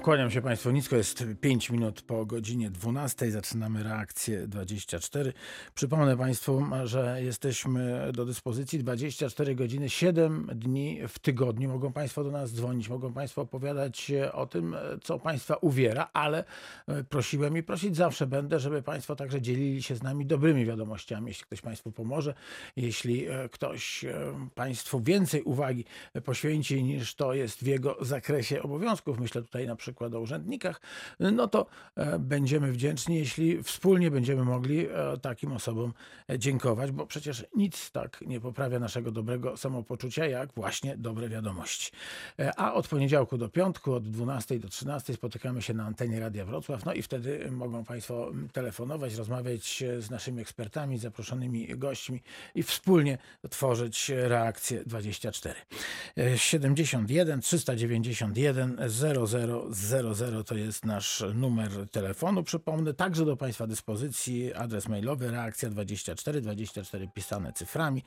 Kłaniam się Państwu nisko. Jest 5 minut po godzinie 12. Zaczynamy reakcję 24. Przypomnę Państwu, że jesteśmy do dyspozycji 24 godziny, 7 dni w tygodniu. Mogą Państwo do nas dzwonić, mogą Państwo opowiadać o tym, co Państwa uwiera, ale prosiłem i prosić zawsze będę, żeby Państwo także dzielili się z nami dobrymi wiadomościami. Jeśli ktoś Państwu pomoże, jeśli ktoś Państwu więcej uwagi poświęci niż to jest w jego zakresie obowiązków, myślę tutaj na przykład o urzędnikach, no to będziemy wdzięczni, jeśli wspólnie będziemy mogli takim osobom dziękować, bo przecież nic tak nie poprawia naszego dobrego samopoczucia, jak właśnie dobre wiadomości. A od poniedziałku do piątku, od 12 do 13 spotykamy się na antenie Radia Wrocław, no i wtedy mogą Państwo telefonować, rozmawiać z naszymi ekspertami, zaproszonymi gośćmi i wspólnie tworzyć reakcję 24. 71 391 0000 to jest nasz numer telefonu. Przypomnę, także do Państwa dyspozycji adres mailowy reakcja24 pisane cyframi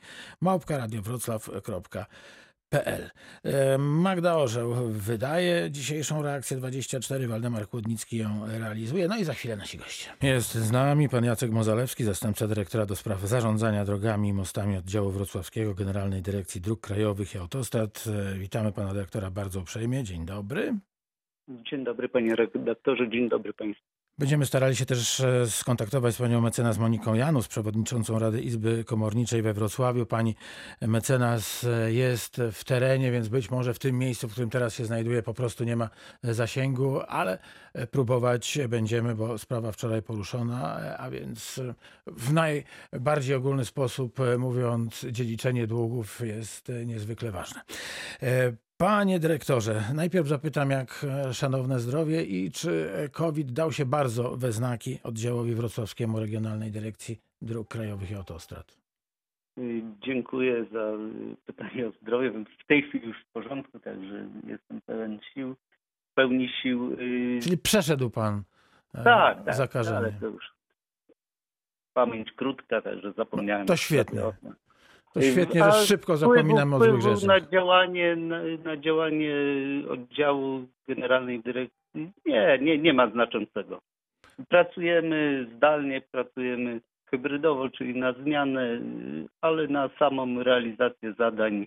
@radiowroclaw.pl. Magda Orzeł wydaje dzisiejszą reakcję 24, Waldemar Kłodnicki ją realizuje, no i za chwilę nasi goście. Jest z nami pan Jacek Mozalewski, zastępca dyrektora do spraw zarządzania drogami i mostami oddziału wrocławskiego Generalnej Dyrekcji Dróg Krajowych i Autostrad. Witamy pana dyrektora bardzo uprzejmie. Dzień dobry. Dzień dobry panie redaktorze, dzień dobry państwu. Będziemy starali się też skontaktować z panią mecenas Moniką Janus, przewodniczącą Rady Izby Komorniczej we Wrocławiu. Pani mecenas jest w terenie, więc być może w tym miejscu, w którym teraz się znajduje, po prostu nie ma zasięgu, ale próbować będziemy, bo sprawa wczoraj poruszona, a więc w najbardziej ogólny sposób mówiąc, dziedziczenie długów jest niezwykle ważne. Panie dyrektorze, najpierw zapytam, jak szanowne zdrowie i czy COVID dał się bardzo we znaki oddziałowi wrocławskiemu Regionalnej Dyrekcji Dróg Krajowych i Autostrad? Dziękuję za pytanie o zdrowie. W tej chwili już w porządku, także jestem pełni sił. Czyli przeszedł pan zakażenie. Ale to już pamięć krótka, także zapomniałem. To świetnie. To świetnie, że szybko zapominamy o złych rzeczach. Na działanie oddziału Generalnej Dyrekcji nie ma znaczącego. Pracujemy zdalnie, pracujemy hybrydowo, czyli na zmianę, ale na samą realizację zadań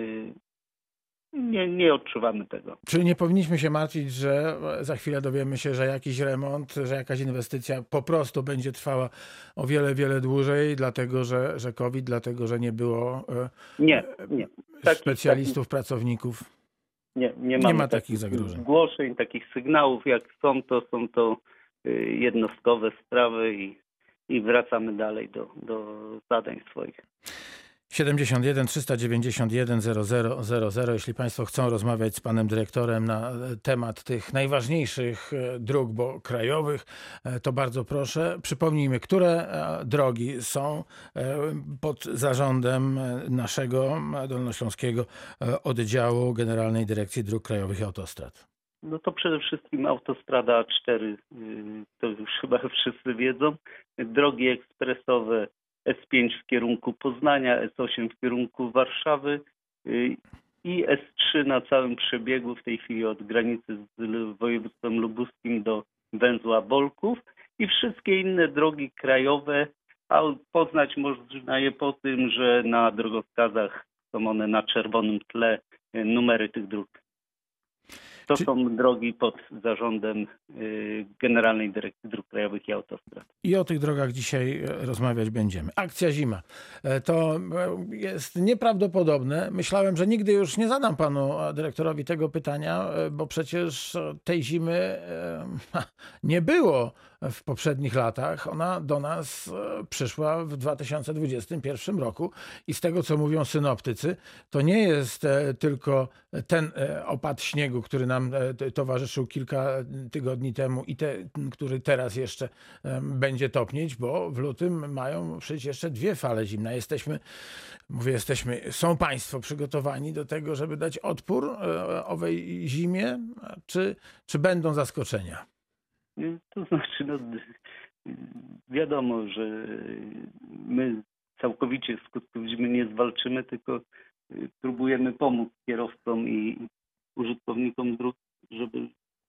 nie odczuwamy tego. Czyli nie powinniśmy się martwić, że za chwilę dowiemy się, że jakiś remont, że jakaś inwestycja po prostu będzie trwała o wiele, wiele dłużej, dlatego że COVID, dlatego że nie było specjalistów, pracowników. Nie ma takich zagrożeń. Zgłoszeń, takich sygnałów, jak są to jednostkowe sprawy i wracamy dalej do zadań swoich. 71 391 0000. Jeśli Państwo chcą rozmawiać z panem dyrektorem na temat tych najważniejszych dróg, bo krajowych, to bardzo proszę. Przypomnijmy, które drogi są pod zarządem naszego dolnośląskiego oddziału Generalnej Dyrekcji Dróg Krajowych i Autostrad. No to przede wszystkim autostrada A4, to już chyba wszyscy wiedzą. Drogi ekspresowe S5 w kierunku Poznania, S8 w kierunku Warszawy i S3 na całym przebiegu w tej chwili od granicy z województwem lubuskim do węzła Bolków i wszystkie inne drogi krajowe, a poznać można je po tym, że na drogowskazach są one na czerwonym tle, numery tych dróg. To są drogi pod zarządem Generalnej Dyrekcji Dróg Krajowych i Autostrad. I o tych drogach dzisiaj rozmawiać będziemy. Akcja zima. To jest nieprawdopodobne. Myślałem, że nigdy już nie zadam panu dyrektorowi tego pytania, bo przecież tej zimy nie było w poprzednich latach. Ona do nas przyszła w 2021 roku i z tego, co mówią synoptycy, to nie jest tylko ten opad śniegu, który nam towarzyszył kilka tygodni temu i który teraz jeszcze będzie topnieć, bo w lutym mają przyjść jeszcze 2 fale zimne. Są Państwo przygotowani do tego, żeby dać odpór owej zimie, czy będą zaskoczenia? To znaczy, wiadomo, że my całkowicie skutków zimy nie zwalczymy, tylko próbujemy pomóc kierowcom i użytkownikom dróg, żeby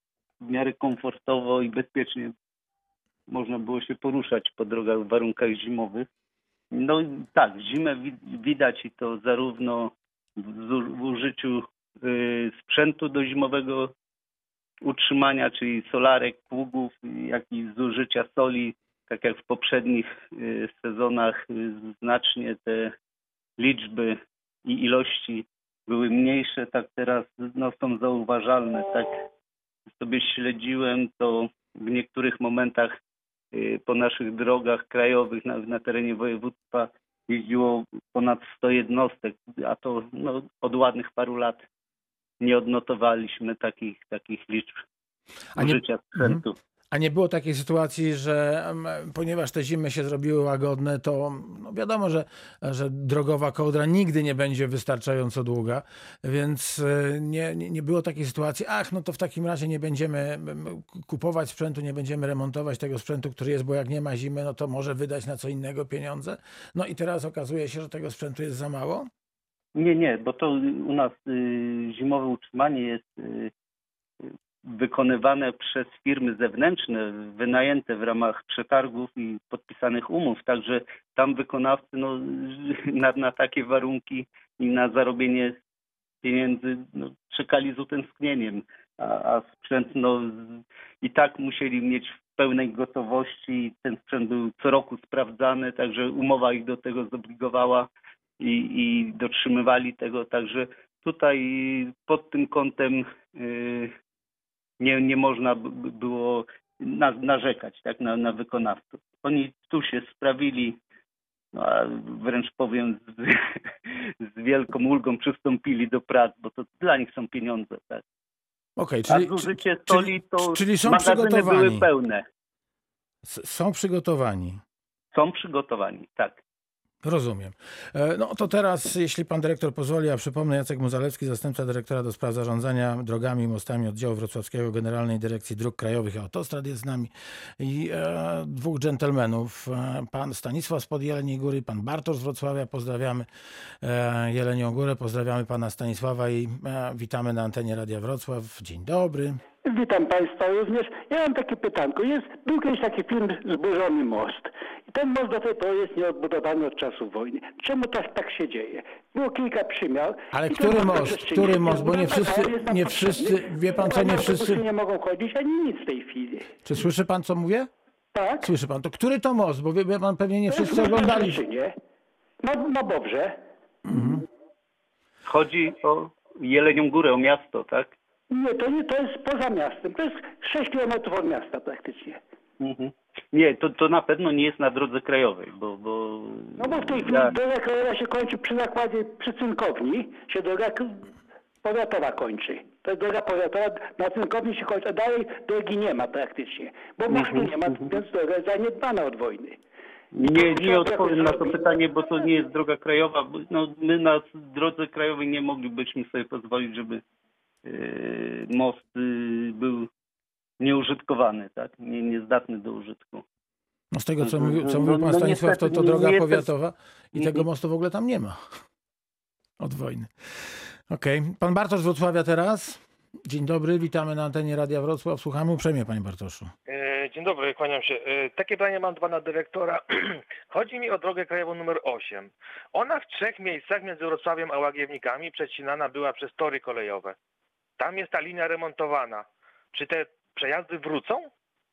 w miarę komfortowo i bezpiecznie można było się poruszać po drogach w warunkach zimowych. No i tak, zimę widać i to zarówno w użyciu sprzętu do zimowego utrzymania, czyli solarek, pługów, jak i zużycia soli. Tak jak w poprzednich sezonach znacznie te liczby i ilości były mniejsze, tak teraz no, są zauważalne. Tak sobie śledziłem, to w niektórych momentach po naszych drogach krajowych na terenie województwa jeździło ponad 100 jednostek, a to no, od ładnych paru lat nie odnotowaliśmy takich liczb użycia sprzętu. A nie było takiej sytuacji, że ponieważ te zimy się zrobiły łagodne, to no wiadomo, że drogowa kołdra nigdy nie będzie wystarczająco długa, więc nie było takiej sytuacji, no to w takim razie nie będziemy kupować sprzętu, nie będziemy remontować tego sprzętu, który jest, bo jak nie ma zimy, no to może wydać na co innego pieniądze. No i teraz okazuje się, że tego sprzętu jest za mało? Nie, bo to u nas zimowe utrzymanie jest wykonywane przez firmy zewnętrzne, wynajęte w ramach przetargów i podpisanych umów. Także tam wykonawcy no, na takie warunki i na zarobienie pieniędzy no, czekali z utęsknieniem, a sprzęt no, i tak musieli mieć w pełnej gotowości. Ten sprzęt był co roku sprawdzany, także umowa ich do tego zobligowała i dotrzymywali tego. Także tutaj pod tym kątem nie można było narzekać tak, na wykonawców. Oni tu się sprawili, no, a wręcz powiem z wielką ulgą przystąpili do prac, bo to dla nich są pieniądze. Tak. Okay, a zużycie soli to czyli są magazyny przygotowani. były pełne. Są przygotowani. Są przygotowani, tak. Rozumiem. No to teraz, jeśli pan dyrektor pozwoli, ja przypomnę, Jacek Muzalewski, zastępca dyrektora do spraw zarządzania drogami i mostami oddziału wrocławskiego Generalnej Dyrekcji Dróg Krajowych i Autostrad jest z nami i dwóch dżentelmenów, pan Stanisław spod Jeleniej Góry, pan Bartosz z Wrocławia, pozdrawiamy Jelenią Górę, pozdrawiamy pana Stanisława i witamy na antenie Radia Wrocław. Dzień dobry. Witam Państwa również. Ja mam takie pytanko. Był kiedyś taki film Zburzony most. I ten most do tej pory jest nieodbudowany od czasów wojny. Czemu tak się dzieje? Było kilka przymiar. Ale który most? Bo nie wszyscy, wie pan co, nie wszyscy... nie mogą chodzić ani nic w tej chwili. Czy słyszy pan, co mówię? Tak. Słyszy pan. To który to most? Bo wie pan, pewnie nie wszyscy oglądali. No dobrze. Mhm. Chodzi o Jelenią Górę, o miasto, tak? Nie, to jest poza miastem. To jest 6 km od miasta praktycznie. Mhm. Nie, to na pewno nie jest na drodze krajowej, bo... No bo w tej chwili droga krajowa się kończy przy zakładzie, przy Cynkowni się droga powiatowa kończy. To jest droga powiatowa, na Cynkowni się kończy, a dalej drogi nie ma praktycznie. Bo mostu nie ma, więc droga jest zaniedbana od wojny. Nie odpowiem na to pytanie, bo to nie jest droga krajowa. No, my na drodze krajowej nie moglibyśmy sobie pozwolić, żeby most był nieużytkowany, tak? Niezdatny do użytku. No z tego, co mówił pan Stanisław, to droga powiatowa i tego mostu w ogóle tam nie ma od wojny. Okej. Pan Bartosz z Wrocławia teraz. Dzień dobry, witamy na antenie Radia Wrocław. Słuchamy uprzejmie, panie Bartoszu. Dzień dobry, kłaniam się. Takie pytanie mam do pana dyrektora. Chodzi mi o drogę krajową numer 8. Ona w 3 miejscach między Wrocławiem a Łagiewnikami przecinana była przez tory kolejowe. Tam jest ta linia remontowana. Czy te przejazdy wrócą?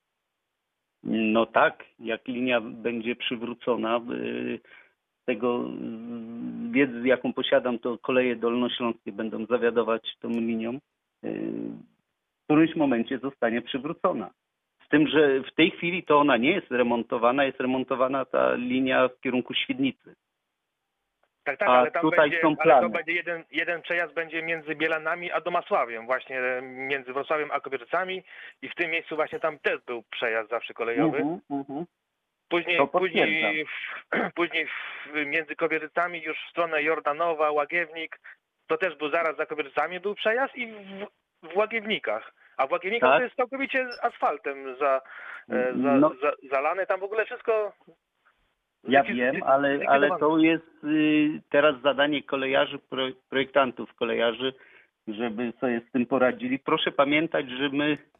No tak, jak linia będzie przywrócona. Tego wiedzy, jaką posiadam, to koleje dolnośląskie będą zawiadować tą linią. W którymś momencie zostanie przywrócona. Z tym, że w tej chwili to ona nie jest remontowana ta linia w kierunku Świdnicy. Tak, ale tam tutaj będzie, są plany. ale to będzie jeden przejazd będzie między Bielanami a Domasławiem, właśnie między Wrocławiem a Kobiercami i w tym miejscu właśnie tam też był przejazd zawsze kolejowy. Później między Kobiercami już w stronę Jordanowa, Łagiewnik, to też był zaraz za Kobiercami był przejazd i w Łagiewnikach. A w Łagiewnikach tak? To jest całkowicie asfaltem zalane, tam w ogóle wszystko... Ja wiem, ale to jest teraz zadanie kolejarzy, projektantów kolejarzy, żeby sobie z tym poradzili. Proszę pamiętać, że my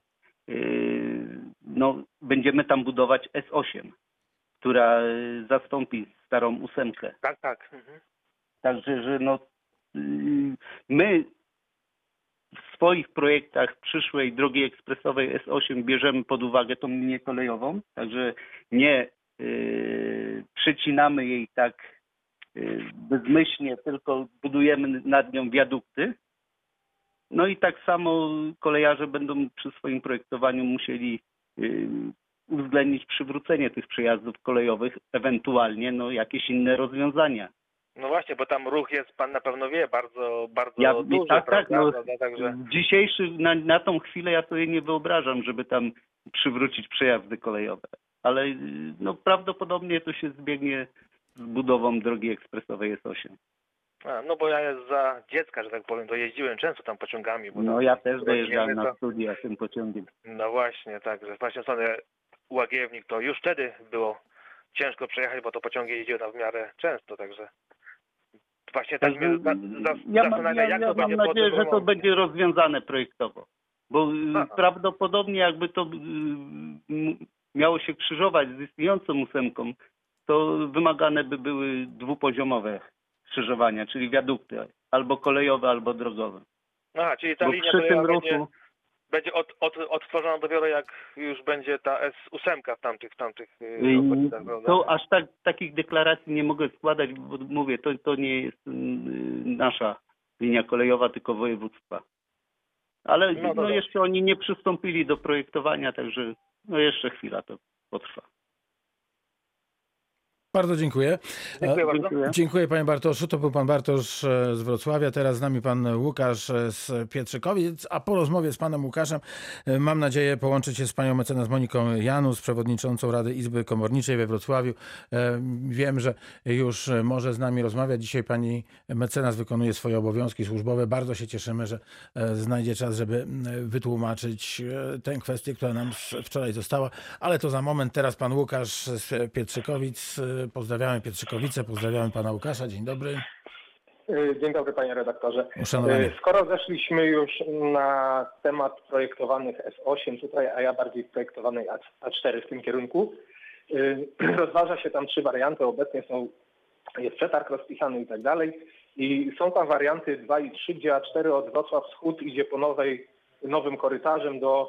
no, będziemy tam budować S8, która zastąpi starą 8. Tak, tak. Mhm. Także, że no, my w swoich projektach przyszłej drogi ekspresowej S8 bierzemy pod uwagę tą linię kolejową, także nie przecinamy jej tak bezmyślnie, tylko budujemy nad nią wiadukty. No i tak samo kolejarze będą przy swoim projektowaniu musieli uwzględnić przywrócenie tych przejazdów kolejowych, ewentualnie no, jakieś inne rozwiązania. No właśnie, bo tam ruch jest, pan na pewno wie, bardzo, bardzo duży, tak, prawda? no, Także... dzisiejszy, na tą chwilę ja sobie nie wyobrażam, żeby tam przywrócić przejazdy kolejowe. Ale no, prawdopodobnie to się zbiegnie z budową drogi ekspresowej S8. No bo ja jest za dziecka, że tak powiem, to jeździłem często tam pociągami. Bo No tam ja też dojeżdżałem to... na studia tym pociągiem. No właśnie, także właśnie stronę Łagiewnik to już wtedy było ciężko przejechać, bo to pociągi jeździły tam w miarę często, także właśnie tak mnie zastanawia, jak to będzie mam nadzieję, że to potem... będzie rozwiązane projektowo. Bo Aha. prawdopodobnie jakby to miało się krzyżować z istniejącą 8, to wymagane by były dwupoziomowe skrzyżowania, czyli wiadukty albo kolejowe, albo drogowe. Aha, czyli ta Bo linia przy tym kolejowa ruchu będzie odtworzona dopiero jak już będzie ta S8 w tamtych okolicach, prawda? to aż takich deklaracji nie mogę składać, bo mówię, to nie jest nasza linia kolejowa, tylko województwa. Ale no jeszcze oni nie przystąpili do projektowania, także no jeszcze chwila to potrwa. Bardzo dziękuję. Dziękuję bardzo. Dziękuję panie Bartoszu. To był pan Bartosz z Wrocławia. Teraz z nami pan Łukasz z Pietrzykowic. A po rozmowie z panem Łukaszem mam nadzieję połączyć się z panią mecenas Moniką Janus, przewodniczącą Rady Izby Komorniczej we Wrocławiu. Wiem, że już może z nami rozmawiać. Dzisiaj pani mecenas wykonuje swoje obowiązki służbowe. Bardzo się cieszymy, że znajdzie czas, żeby wytłumaczyć tę kwestię, która nam wczoraj została. Ale to za moment. Teraz pan Łukasz z Pietrzykowic. Pozdrawiamy Pietrzykowice, pozdrawiamy pana Łukasza. Dzień dobry. Dzień dobry panie redaktorze. Uszanowanie. Skoro zeszliśmy już na temat projektowanych S8 tutaj, a ja bardziej projektowanej A4 w tym kierunku, rozważa się tam 3 warianty. Obecnie jest przetarg rozpisany i tak dalej. I są tam warianty 2 i 3, gdzie A4 od Wrocław Wschód idzie po nowym korytarzem do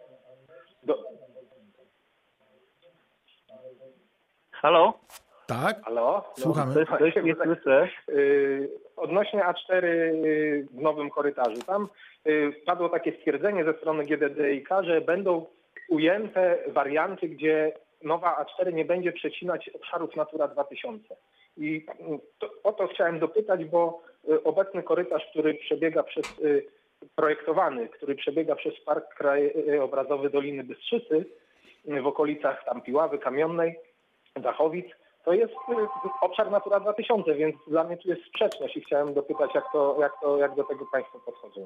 Halo? Tak? Halo? Słuchamy. Coś nie słyszę. Odnośnie A4 w nowym korytarzu. Tam padło takie stwierdzenie ze strony GDDiK, że będą ujęte warianty, gdzie nowa A4 nie będzie przecinać obszarów Natura 2000. I o to chciałem dopytać, bo obecny korytarz, który przebiega który przebiega przez Park Krajobrazowy Doliny Bystrzycy w okolicach tam Piławy, Kamionnej, Dachowic, to jest obszar Natura 2000, więc dla mnie tu jest sprzeczność i chciałem dopytać, jak do tego państwo podchodzą.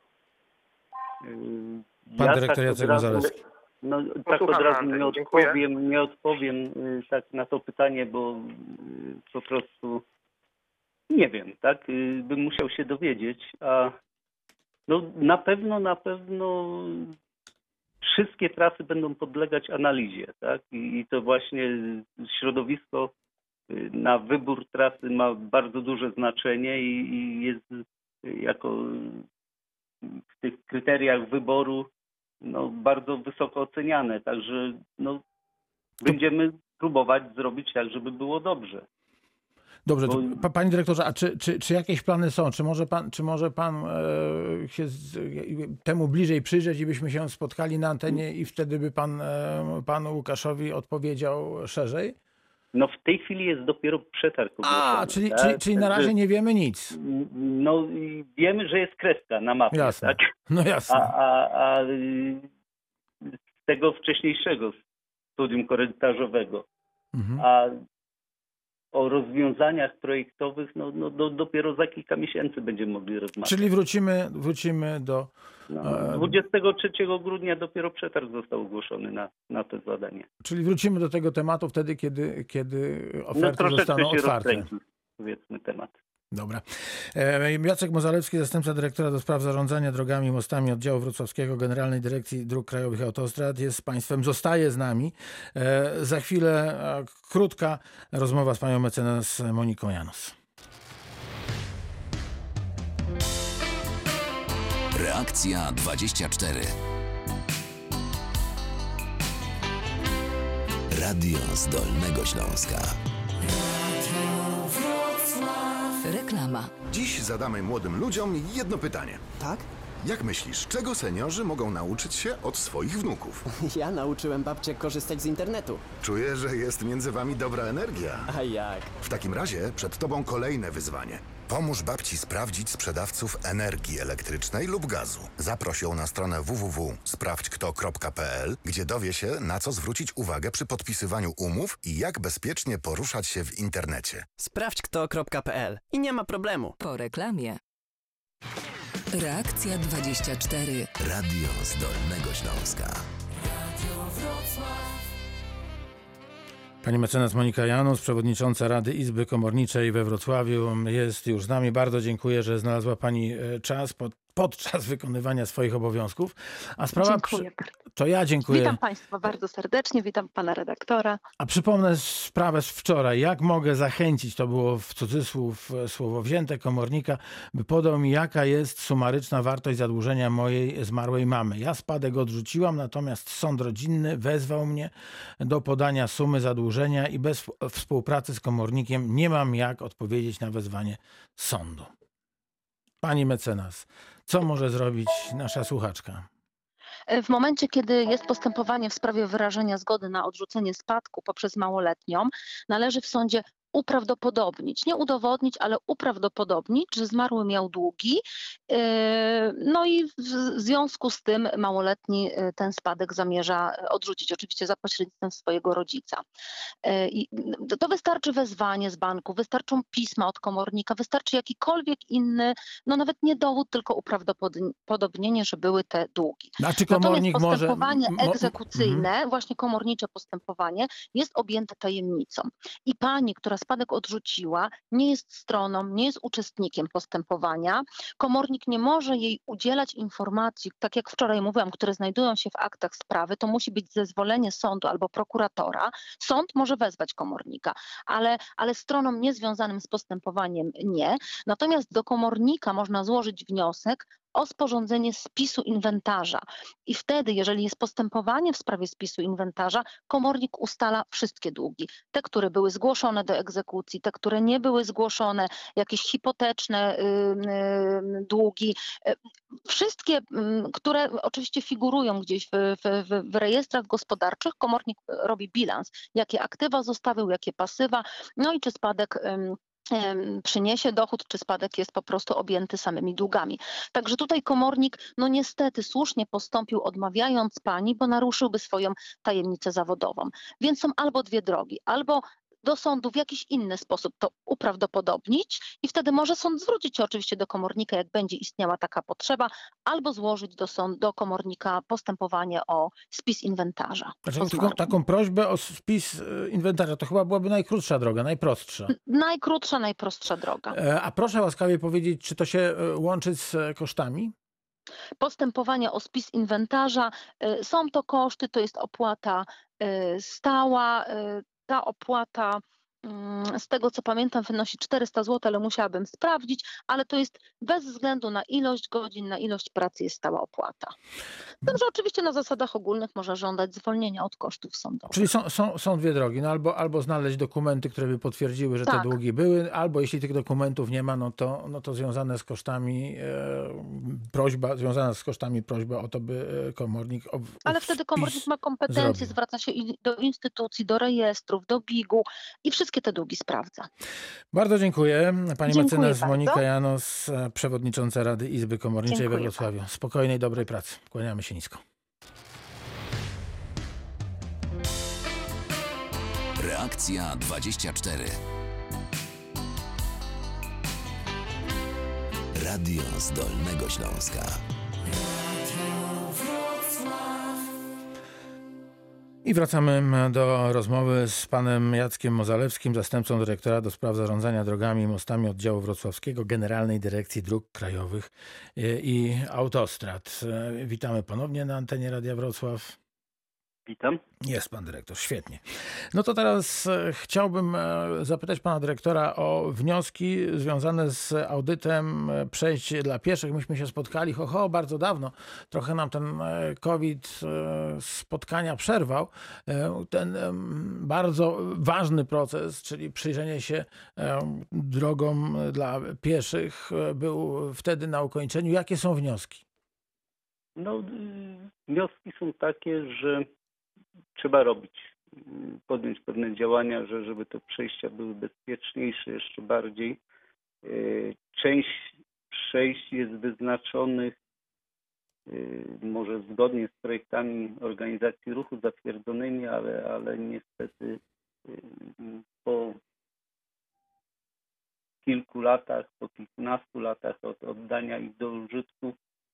Pan dyrektor Jacek Gonzalewski. No tak od razu nie odpowiem tak na to pytanie, bo po prostu nie wiem, tak? Bym musiał się dowiedzieć, a no na pewno wszystkie trasy będą podlegać analizie, tak? I to właśnie środowisko na wybór trasy ma bardzo duże znaczenie i jest jako w tych kryteriach wyboru no, bardzo wysoko oceniane. Także no, będziemy próbować zrobić tak, żeby było dobrze. Dobrze, panie dyrektorze, a czy jakieś plany są? Czy może pan się temu bliżej przyjrzeć i byśmy się spotkali na antenie i wtedy by pan panu Łukaszowi odpowiedział szerzej? No w tej chwili jest dopiero przetarg ogłoszony. Czyli na razie nie wiemy nic. No wiemy, że jest kreska na mapie. Jasne. Tak? No jasne. A z tego wcześniejszego studium korytarzowego. Mhm. A o rozwiązaniach projektowych dopiero za kilka miesięcy będziemy mogli rozmawiać. Czyli wrócimy do... 23 grudnia dopiero przetarg został ogłoszony na to zadanie. Czyli wrócimy do tego tematu wtedy, kiedy oferty zostaną otwarte. Powiedzmy temat. Dobra. Jacek Mozalewski, zastępca dyrektora do spraw zarządzania drogami i mostami oddziału wrocławskiego Generalnej Dyrekcji Dróg Krajowych i Autostrad jest z Państwem, zostaje z nami. Za chwilę krótka rozmowa z panią mecenas Moniką Janus. Reakcja 24. Radio z Dolnego Śląska. Reklama. Dziś zadamy młodym ludziom jedno pytanie. Tak? Jak myślisz, czego seniorzy mogą nauczyć się od swoich wnuków? Ja nauczyłem babcię korzystać z internetu. Czuję, że jest między wami dobra energia. A jak? W takim razie przed tobą kolejne wyzwanie. Pomóż babci sprawdzić sprzedawców energii elektrycznej lub gazu. Zaproś ją na stronę www.sprawdźkto.pl, gdzie dowie się, na co zwrócić uwagę przy podpisywaniu umów i jak bezpiecznie poruszać się w internecie. Sprawdźkto.pl i nie ma problemu. Po reklamie. Reakcja 24. Radio z Dolnego Śląska. Pani mecenas Monika Janus, przewodnicząca Rady Izby Komorniczej we Wrocławiu, jest już z nami. Bardzo dziękuję, że znalazła pani czas podczas wykonywania swoich obowiązków. A sprawa Dziękuję bardzo. To ja dziękuję. Witam Państwa bardzo serdecznie, witam Pana redaktora. A przypomnę sprawę z wczoraj. Jak mogę zachęcić, to było w cudzysłów słowo wzięte, komornika, by podał mi, jaka jest sumaryczna wartość zadłużenia mojej zmarłej mamy. Ja spadek odrzuciłam, natomiast sąd rodzinny wezwał mnie do podania sumy zadłużenia i bez współpracy z komornikiem nie mam jak odpowiedzieć na wezwanie sądu. Pani mecenas, co może zrobić nasza słuchaczka? W momencie, kiedy jest postępowanie w sprawie wyrażenia zgody na odrzucenie spadku poprzez małoletnią, należy w sądzie uprawdopodobnić, nie udowodnić, ale uprawdopodobnić, że zmarły miał długi, no i w związku z tym małoletni ten spadek zamierza odrzucić, oczywiście za pośrednictwem swojego rodzica. I to wystarczy wezwanie z banku, wystarczą pisma od komornika, wystarczy jakikolwiek inny, no nawet nie dowód, tylko uprawdopodobnienie, że były te długi. A czy komornik Natomiast postępowanie może... egzekucyjne, właśnie komornicze postępowanie, jest objęte tajemnicą. I pani, która spadek odrzuciła, nie jest stroną, nie jest uczestnikiem postępowania. Komornik nie może jej udzielać informacji, tak jak wczoraj mówiłam, które znajdują się w aktach sprawy, to musi być zezwolenie sądu albo prokuratora. Sąd może wezwać komornika, ale stronom niezwiązanym z postępowaniem nie. Natomiast do komornika można złożyć wniosek o sporządzenie spisu inwentarza. I wtedy, jeżeli jest postępowanie w sprawie spisu inwentarza, komornik ustala wszystkie długi. Te, które były zgłoszone do egzekucji, te, które nie były zgłoszone, jakieś hipoteczne długi. Wszystkie, które oczywiście figurują gdzieś w rejestrach gospodarczych, komornik robi bilans, jakie aktywa zostawił, jakie pasywa, no i czy spadek przyniesie dochód, czy spadek jest po prostu objęty samymi długami. Także tutaj komornik, no niestety słusznie postąpił, odmawiając pani, bo naruszyłby swoją tajemnicę zawodową. Więc są albo dwie drogi, albo do sądu w jakiś inny sposób to uprawdopodobnić i wtedy może sąd zwrócić się oczywiście do komornika, jak będzie istniała taka potrzeba, albo złożyć do komornika postępowanie o spis inwentarza. Znaczy, taką prośbę o spis inwentarza to chyba byłaby najkrótsza droga, najprostsza. Najprostsza droga. A proszę łaskawie powiedzieć, czy to się łączy z kosztami? Postępowanie o spis inwentarza, są to koszty, to jest opłata stała. Ta opłata, z tego co pamiętam, wynosi 400 zł, ale musiałabym sprawdzić, ale to jest bez względu na ilość godzin, na ilość pracy jest stała opłata. Także oczywiście na zasadach ogólnych można żądać zwolnienia od kosztów sądowych. Czyli są dwie drogi, no albo znaleźć dokumenty, które by potwierdziły, że te długi były, albo jeśli tych dokumentów nie ma, no to związana z kosztami prośba o to, by komornik ale wtedy komornik ma kompetencje, zwraca się do instytucji, do rejestrów, do BIG-u i wszystkie te długi sprawdza. Bardzo dziękuję. Pani mecenas Monika bardzo. Janus, przewodnicząca Rady Izby Komorniczej Dziękuję we Wrocławiu. Spokojnej, dobrej pracy. Kłaniamy się nisko. Reakcja 24. Radio z Dolnego Śląska. I wracamy do rozmowy z panem Jackiem Mozalewskim, zastępcą dyrektora do spraw zarządzania drogami i mostami oddziału wrocławskiego Generalnej Dyrekcji Dróg Krajowych i Autostrad. Witamy ponownie na antenie Radia Wrocław. Witam. Jest pan dyrektor, świetnie. No to teraz chciałbym zapytać pana dyrektora o wnioski związane z audytem przejść dla pieszych. Myśmy się spotkali bardzo dawno. Trochę nam ten COVID spotkania przerwał. Ten bardzo ważny proces, czyli przyjrzenie się drogom dla pieszych, był wtedy na ukończeniu. Jakie są wnioski? No, wnioski są takie, że trzeba podjąć pewne działania, żeby te przejścia były bezpieczniejsze jeszcze bardziej. Część przejść jest wyznaczonych może zgodnie z projektami organizacji ruchu zatwierdzonymi, ale niestety po kilku latach, po kilkunastu latach od oddania ich do użytku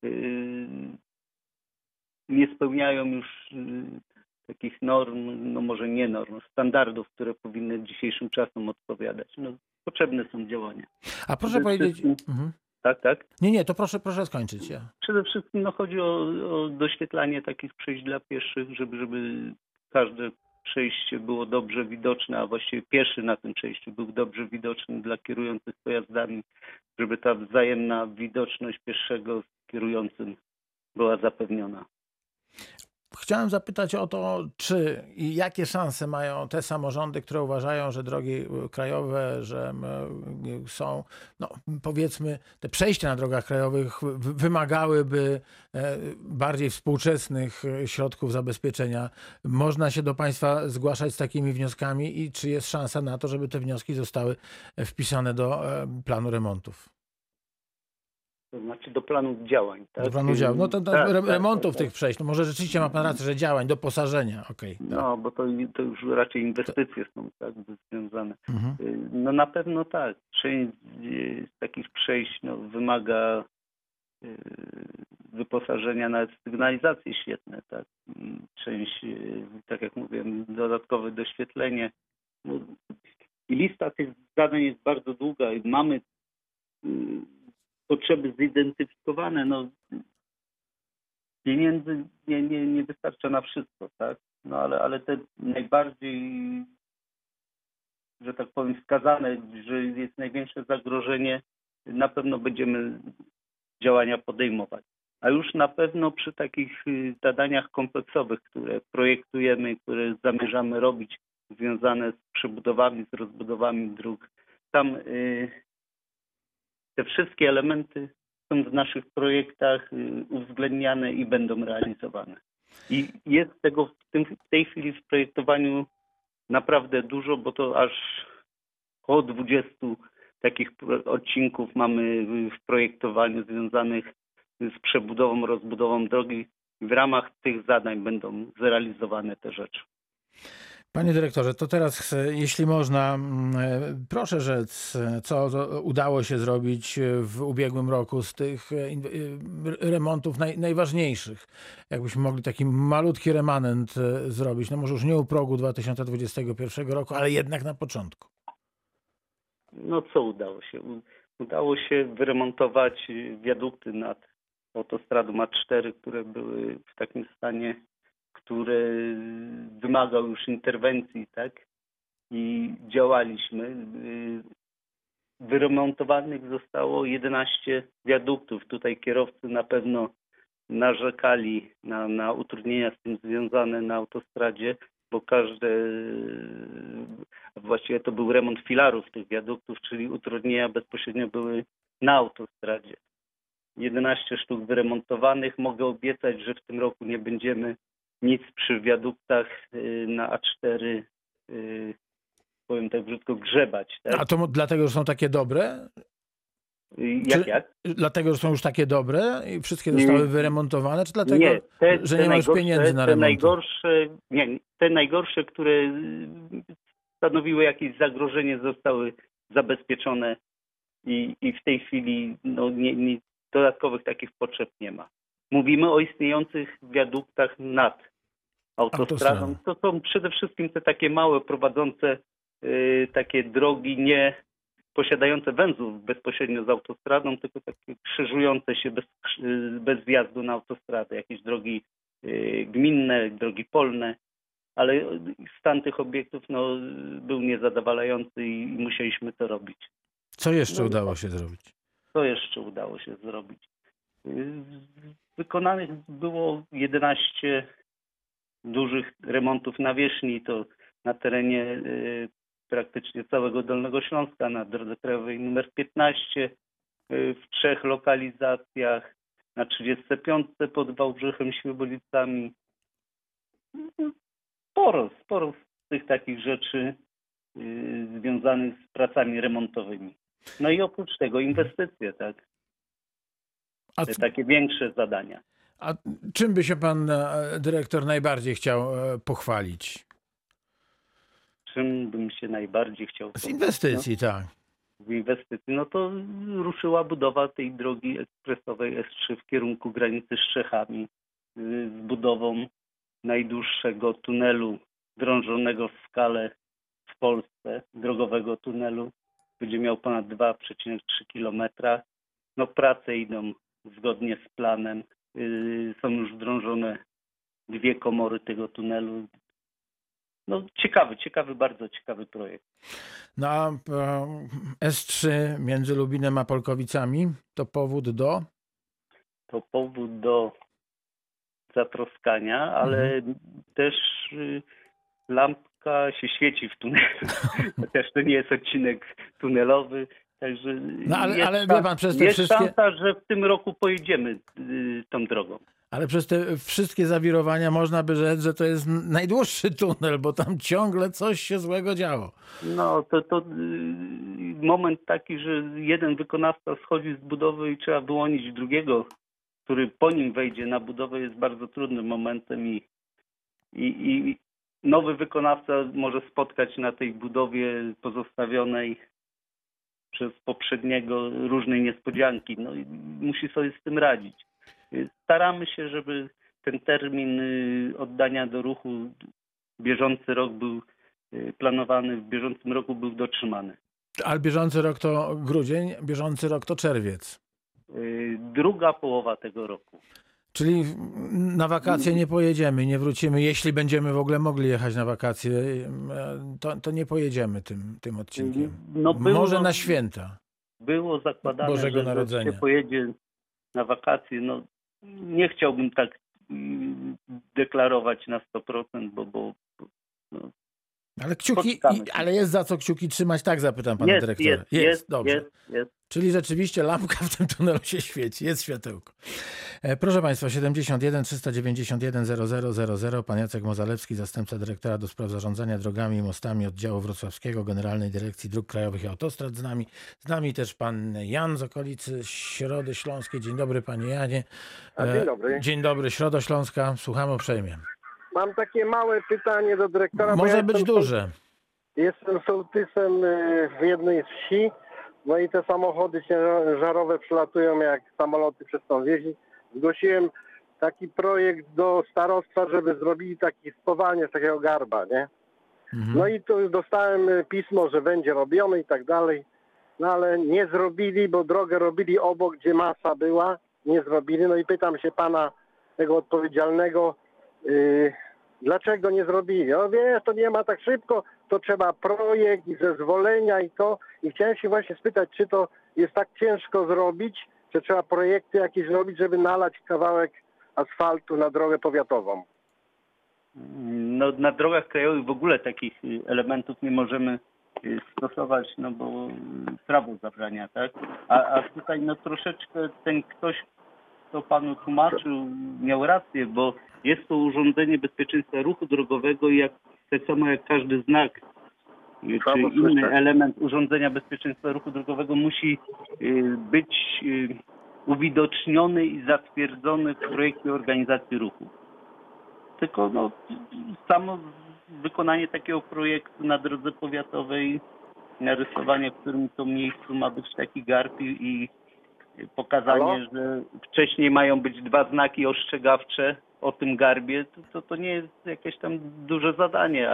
nie spełniają już takich norm, no może nie norm, standardów, które powinny dzisiejszym czasom odpowiadać. No, potrzebne są działania. A proszę powiedzieć... Tak? Nie, to proszę skończyć. Ja. Przede wszystkim chodzi o doświetlanie takich przejść dla pieszych, żeby każde przejście było dobrze widoczne, a właściwie pieszy na tym przejściu był dobrze widoczny dla kierujących pojazdami, żeby ta wzajemna widoczność pieszego z kierującym była zapewniona. Chciałem zapytać o to, czy i jakie szanse mają te samorządy, które uważają, że drogi krajowe, że są, no powiedzmy, te przejścia na drogach krajowych wymagałyby bardziej współczesnych środków zabezpieczenia. Można się do państwa zgłaszać z takimi wnioskami i czy jest szansa na to, żeby te wnioski zostały wpisane do planu remontów? To znaczy do planu działań, tak? Do planu działań. No to remontów tych przejść. No może rzeczywiście ma pan rację, że działań, doposażenia. Okay, tak. No, bo to już raczej inwestycje są tak związane. No na pewno tak. Część z takich przejść wymaga wyposażenia nawet w sygnalizacje świetne, tak? Część, tak jak mówiłem, dodatkowe doświetlenie. No, i lista tych zadań jest bardzo długa i mamy potrzeby zidentyfikowane, no pieniędzy nie wystarcza na wszystko, tak? No ale te najbardziej, że tak powiem, wskazane, że jest największe zagrożenie, na pewno będziemy działania podejmować. A już na pewno przy takich zadaniach kompleksowych, które projektujemy, które zamierzamy robić, związane z przebudowami, z rozbudowami dróg, tam te wszystkie elementy są w naszych projektach uwzględniane i będą realizowane. I jest tego w tej chwili w projektowaniu naprawdę dużo, bo to aż około 20 takich odcinków mamy w projektowaniu związanych z przebudową, rozbudową drogi. W ramach tych zadań będą zrealizowane te rzeczy. Panie dyrektorze, to teraz, jeśli można, proszę rzec, co udało się zrobić w ubiegłym roku z tych remontów najważniejszych. Jakbyśmy mogli taki malutki remanent zrobić, no może już nie u progu 2021 roku, ale jednak na początku. No co udało się? Udało się wyremontować wiadukty nad autostradą A4, które były w takim stanie, który wymagał już interwencji, tak? I działaliśmy. Wyremontowanych zostało 11 wiaduktów. Tutaj kierowcy na pewno narzekali na utrudnienia z tym związane na autostradzie, bo właściwie to był remont filarów tych wiaduktów, czyli utrudnienia bezpośrednio były na autostradzie. 11 sztuk wyremontowanych. Mogę obiecać, że w tym roku nie będziemy nic przy wiaduktach na A4, powiem tak brzydko, grzebać. Tak? A to dlatego, że są takie dobre? Jak? Dlatego, że są już takie dobre i wszystkie zostały wyremontowane, czy dlatego, nie, że nie ma już pieniędzy na remont? Te najgorsze, które stanowiły jakieś zagrożenie, zostały zabezpieczone i w tej chwili dodatkowych takich potrzeb nie ma. Mówimy o istniejących wiaduktach nad autostradą. To są przede wszystkim te takie małe, prowadzące takie drogi nie posiadające węzłów bezpośrednio z autostradą, tylko takie krzyżujące się bez wjazdu na autostradę. Jakieś drogi gminne, drogi polne, ale stan tych obiektów był niezadowalający i musieliśmy to robić. Co jeszcze udało się zrobić? Co jeszcze udało się zrobić? Wykonanych było 11 dużych remontów nawierzchni, to na terenie praktycznie całego Dolnego Śląska, na drodze krajowej nr 15, w 3 lokalizacjach, na 35 pod Wałbrzechem, Świebodzicami. Sporo z tych takich rzeczy związanych z pracami remontowymi. No i oprócz tego inwestycje, tak? Te takie większe zadania. A czym by się pan dyrektor najbardziej chciał pochwalić? Czym bym się najbardziej chciał pochwalić? Z inwestycji, tak. W inwestycji, no to ruszyła budowa tej drogi ekspresowej S3 w kierunku granicy z Czechami z budową najdłuższego tunelu drążonego w skale w Polsce, drogowego tunelu. Będzie miał ponad 2,3 kilometra. No prace idą zgodnie z planem. Są już drążone 2 komory tego tunelu. No ciekawy, bardzo ciekawy projekt. No a S3 między Lubinem a Polkowicami to powód do? To powód do zatroskania, ale też lampka się świeci w tunelu. Chociaż to nie jest odcinek tunelowy. Także no ale wie pan, przez te jest wszystkie... szansa, że w tym roku pojedziemy tą drogą. Ale przez te wszystkie zawirowania można by rzec, że to jest najdłuższy tunel, bo tam ciągle coś się złego działo. No to moment taki, że jeden wykonawca schodzi z budowy i trzeba wyłonić drugiego, który po nim wejdzie na budowę, jest bardzo trudnym momentem i nowy wykonawca może spotkać na tej budowie pozostawionej przez poprzedniego różnej niespodzianki. No i musi sobie z tym radzić. Staramy się, żeby ten termin oddania do ruchu bieżący rok był planowany, w bieżącym roku był dotrzymany. Ale bieżący rok to grudzień, bieżący rok to czerwiec. Druga połowa tego roku. Czyli na wakacje nie pojedziemy, nie wrócimy. Jeśli będziemy w ogóle mogli jechać na wakacje, to nie pojedziemy tym odcinkiem. No może na święta. Było zakładane, Bożego Narodzenia. Że się pojedzie na wakacje. No, nie chciałbym tak deklarować na 100%, bo ale kciuki, ale jest za co kciuki trzymać, tak zapytam pana dyrektora. Jest, dobrze. Jest. Czyli rzeczywiście lampka w tym tunelu się świeci, jest światełko. Proszę państwa, 71 391 0000, pan Jacek Mozalewski, zastępca dyrektora do spraw zarządzania drogami i mostami oddziału wrocławskiego Generalnej Dyrekcji Dróg Krajowych i Autostrad z nami. Z nami też pan Jan z okolicy Środy Śląskiej. Dzień dobry, panie Janie. Dzień dobry. Dzień dobry, Środa Śląska. Słuchamy uprzejmie. Mam takie małe pytanie do dyrektora. Może być duże. Jestem sołtysem w jednej z wsi, no i te samochody ciężarowe przylatują jak samoloty przez tą wieś. Zgłosiłem taki projekt do starostwa, żeby zrobili takie spowalnię z takiego garba, nie? No i tu dostałem pismo, że będzie robione i tak dalej, no ale nie zrobili, bo drogę robili obok, gdzie masa była, nie zrobili. No i pytam się pana tego odpowiedzialnego, dlaczego nie zrobili? No wiesz, to nie ma tak szybko, to trzeba projekt i zezwolenia i to. I chciałem się właśnie spytać, czy to jest tak ciężko zrobić, że trzeba projekty jakieś robić, żeby nalać kawałek asfaltu na drogę powiatową. No na drogach krajowych w ogóle takich elementów nie możemy stosować, no bo prawo zabrania, tak? A tutaj no troszeczkę ten ktoś, kto panu tłumaczył, miał rację, bo jest to urządzenie bezpieczeństwa ruchu drogowego i tak samo jak każdy znak czy inny element urządzenia bezpieczeństwa ruchu drogowego musi być uwidoczniony i zatwierdzony w projekcie organizacji ruchu. Tylko no, samo wykonanie takiego projektu na drodze powiatowej, narysowanie, w którym to miejscu ma być taki garb i pokazanie, że wcześniej mają być 2 znaki ostrzegawcze o tym garbie, to nie jest jakieś tam duże zadanie,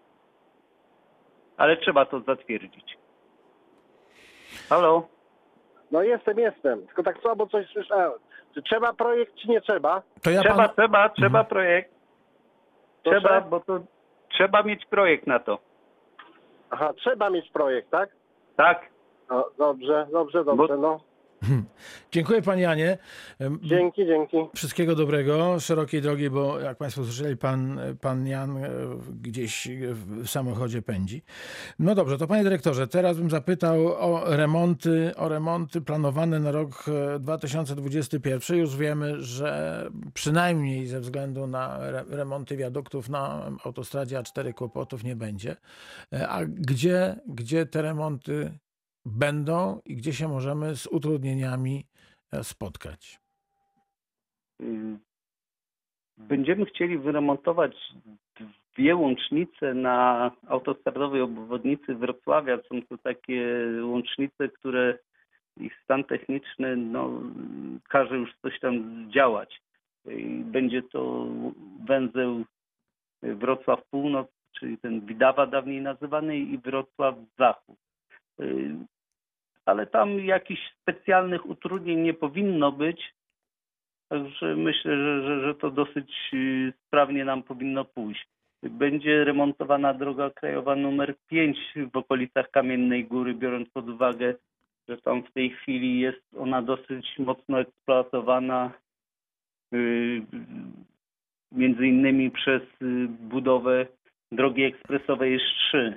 ale trzeba to zatwierdzić. Halo? No jestem. Tylko tak słabo coś słyszałem. Czy trzeba projekt, czy nie trzeba? To ja Trzeba projekt. Proszę? Trzeba, bo to trzeba mieć projekt na to. Aha, trzeba mieć projekt, tak? Tak. No, dobrze, no. Dziękuję Panie Janie. Dzięki. Wszystkiego dobrego, szerokiej drogi, bo jak Państwo słyszeli, pan Jan gdzieś w samochodzie pędzi. No dobrze, to Panie Dyrektorze, teraz bym zapytał o remonty planowane na rok 2021. Już wiemy, że przynajmniej ze względu na remonty wiaduktów na autostradzie A4 kłopotów nie będzie. A gdzie te remonty będą i gdzie się możemy z utrudnieniami spotkać? Będziemy chcieli wyremontować 2 łącznice na autostradowej obwodnicy Wrocławia. Są to takie łącznice, które ich stan techniczny każe już coś tam działać. Będzie to węzeł Wrocław Północ, czyli ten Widawa dawniej nazywany, i Wrocław Zachód. Ale tam jakichś specjalnych utrudnień nie powinno być, także myślę, że to dosyć sprawnie nam powinno pójść. Będzie remontowana droga krajowa numer 5 w okolicach Kamiennej Góry, biorąc pod uwagę, że tam w tej chwili jest ona dosyć mocno eksploatowana, między innymi przez budowę drogi ekspresowej S3.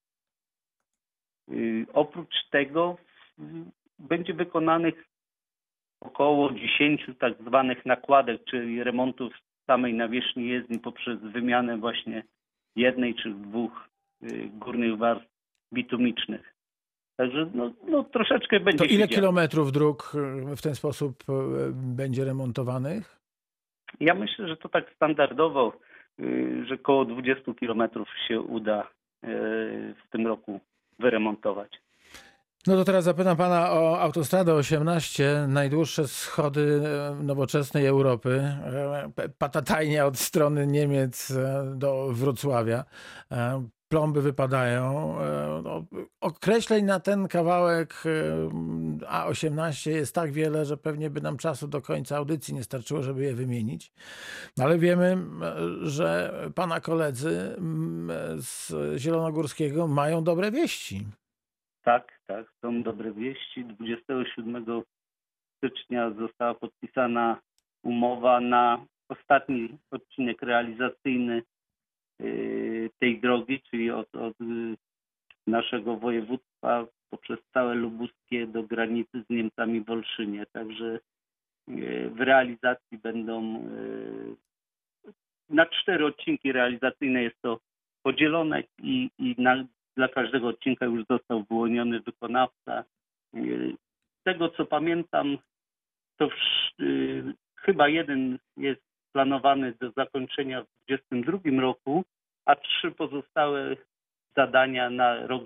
Oprócz tego będzie wykonanych około 10 tak zwanych nakładek, czyli remontów samej nawierzchni jezdni poprzez wymianę właśnie 1 czy 2 górnych warstw bitumicznych. Także troszeczkę będzie. To ile kilometrów dróg w ten sposób będzie remontowanych? Ja myślę, że to tak standardowo, że około 20 kilometrów się uda w tym roku wyremontować. No to teraz zapytam Pana o autostradę 18, najdłuższe schody nowoczesnej Europy, patatajnie od strony Niemiec do Wrocławia. Plomby wypadają. Określeń na ten kawałek A18 jest tak wiele, że pewnie by nam czasu do końca audycji nie starczyło, żeby je wymienić. Ale wiemy, że Pana koledzy z Zielonogórskiego mają dobre wieści. Tak, są dobre wieści. 27 stycznia została podpisana umowa na ostatni odcinek realizacyjny tej drogi, czyli od naszego województwa poprzez całe lubuskie do granicy z Niemcami w Olszynie. Także w realizacji będą na 4 odcinki realizacyjne jest to podzielone i dla każdego odcinka już został wyłoniony wykonawca. Z tego co pamiętam, to chyba 1 jest planowany do zakończenia w 2022 roku, a 3 pozostałe zadania na rok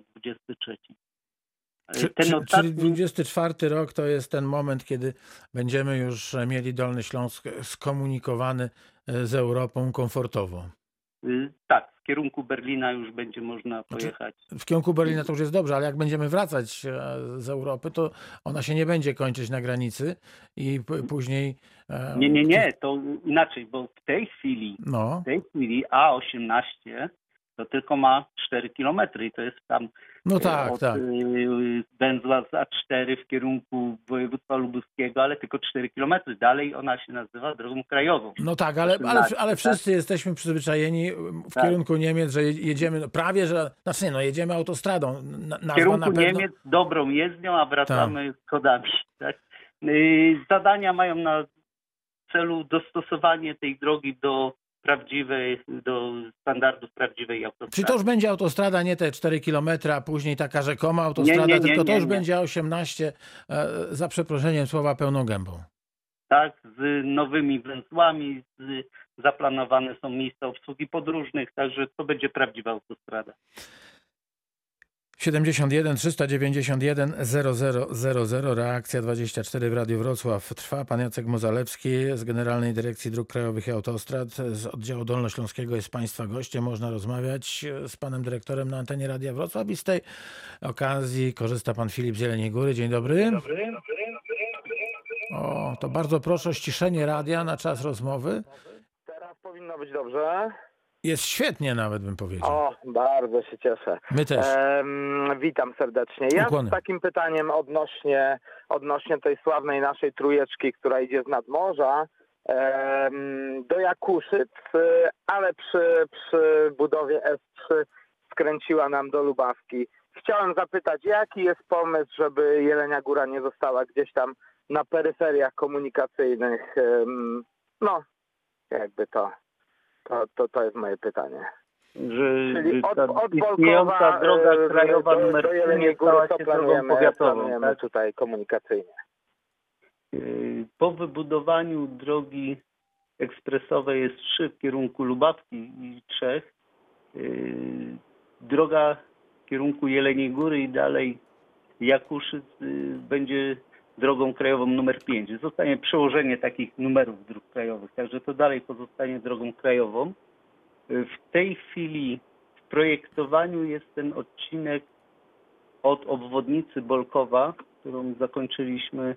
2023. Czyli 24 rok to jest ten moment, kiedy będziemy już mieli Dolny Śląsk skomunikowany z Europą komfortowo. Tak, w kierunku Berlina już będzie można pojechać. W kierunku Berlina to już jest dobrze, ale jak będziemy wracać z Europy, to ona się nie będzie kończyć na granicy i później... Nie, to inaczej, bo w tej chwili A18 to tylko ma 4 kilometry i to jest tam od węzła z A4 w kierunku województwa lubuskiego, ale tylko 4 kilometry. Dalej ona się nazywa drogą krajową. No tak, ale wszyscy jesteśmy przyzwyczajeni w kierunku Niemiec, że jedziemy prawie, że jedziemy autostradą. W kierunku Niemiec dobrą jezdnią, a wracamy schodami. Tak? Zadania mają na celu dostosowanie tej drogi do standardów prawdziwej autostrady. Czy to już będzie autostrada, nie te 4 kilometry, a później taka rzekoma autostrada, tylko to już będzie 18, za przeproszeniem słowa, pełną gębą. Tak, z nowymi węzłami, zaplanowane są miejsca obsługi podróżnych, także to będzie prawdziwa autostrada. 71 391 0000. Reakcja 24 w Radiu Wrocław trwa. Pan Jacek Mozalewski z Generalnej Dyrekcji Dróg Krajowych i Autostrad z oddziału dolnośląskiego jest Państwa gościem. Można rozmawiać z panem dyrektorem na antenie Radia Wrocław i z tej okazji korzysta pan Filip z Jeleniej Góry. Dzień dobry. O, to bardzo proszę o ściszenie radia na czas rozmowy. Teraz powinno być dobrze. Jest świetnie nawet, bym powiedział. O, bardzo się cieszę. My też. Witam serdecznie. Ja Ukłony. z takim pytaniem odnośnie tej sławnej naszej trójeczki, która idzie z nadmorza do Jakuszyc, ale przy budowie S3 skręciła nam do Lubawki. Chciałem zapytać, jaki jest pomysł, żeby Jelenia Góra nie została gdzieś tam na peryferiach komunikacyjnych? No, jakby to jest moje pytanie. Czyli od Bolkowa droga krajowa do Jeleniej Góry, co planujemy tak? tutaj komunikacyjnie? Po wybudowaniu drogi ekspresowej jest 3 w kierunku Lubawki i Czech. Droga w kierunku Jeleniej Góry i dalej Jakuszyc będzie drogą krajową numer 5. Zostanie przełożenie takich numerów dróg krajowych, także to dalej pozostanie drogą krajową. W tej chwili w projektowaniu jest ten odcinek od obwodnicy Bolkowa, którą zakończyliśmy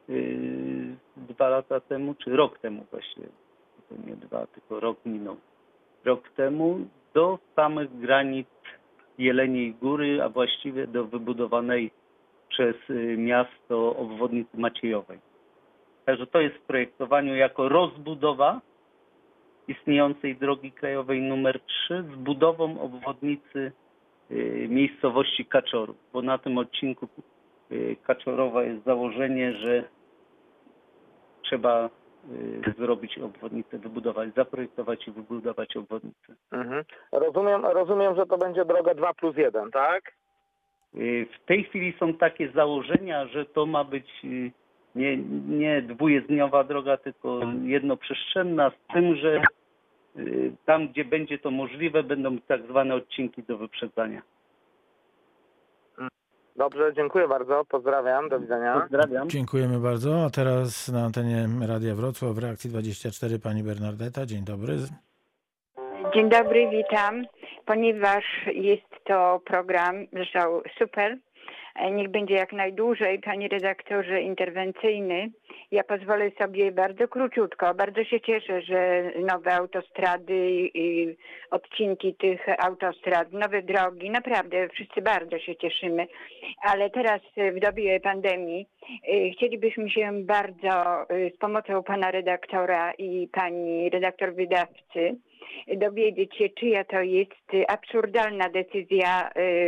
2 lata temu, czy rok temu właściwie. To nie 2, tylko rok minął. Rok temu do samych granic Jeleniej Góry, a właściwie do wybudowanej przez miasto obwodnicy Maciejowej. Także to jest w projektowaniu jako rozbudowa istniejącej drogi krajowej numer 3 z budową obwodnicy miejscowości Kaczorów, bo na tym odcinku Kaczorowa jest założenie, że trzeba zrobić obwodnicę, zaprojektować i wybudować obwodnicę. Mhm. Rozumiem, że to będzie droga 2+1, tak? W tej chwili są takie założenia, że to ma być nie dwujezdniowa droga, tylko jednoprzestrzenna, z tym, że tam, gdzie będzie to możliwe, będą tak zwane odcinki do wyprzedzania. Dobrze, dziękuję bardzo. Pozdrawiam, do widzenia. Pozdrawiam. Dziękujemy bardzo. A teraz na antenie Radia Wrocław w Reakcji 24 pani Bernardeta. Dzień dobry. Dzień dobry, witam. Ponieważ jest to program, zresztą super, niech będzie jak najdłużej, panie redaktorze, interwencyjny. Ja pozwolę sobie bardzo króciutko. Bardzo się cieszę, że nowe autostrady i odcinki tych autostrad, nowe drogi, naprawdę wszyscy bardzo się cieszymy. Ale teraz w dobie pandemii chcielibyśmy się bardzo z pomocą pana redaktora i pani redaktor wydawcy dowiedzieć się, czyja to jest absurdalna decyzja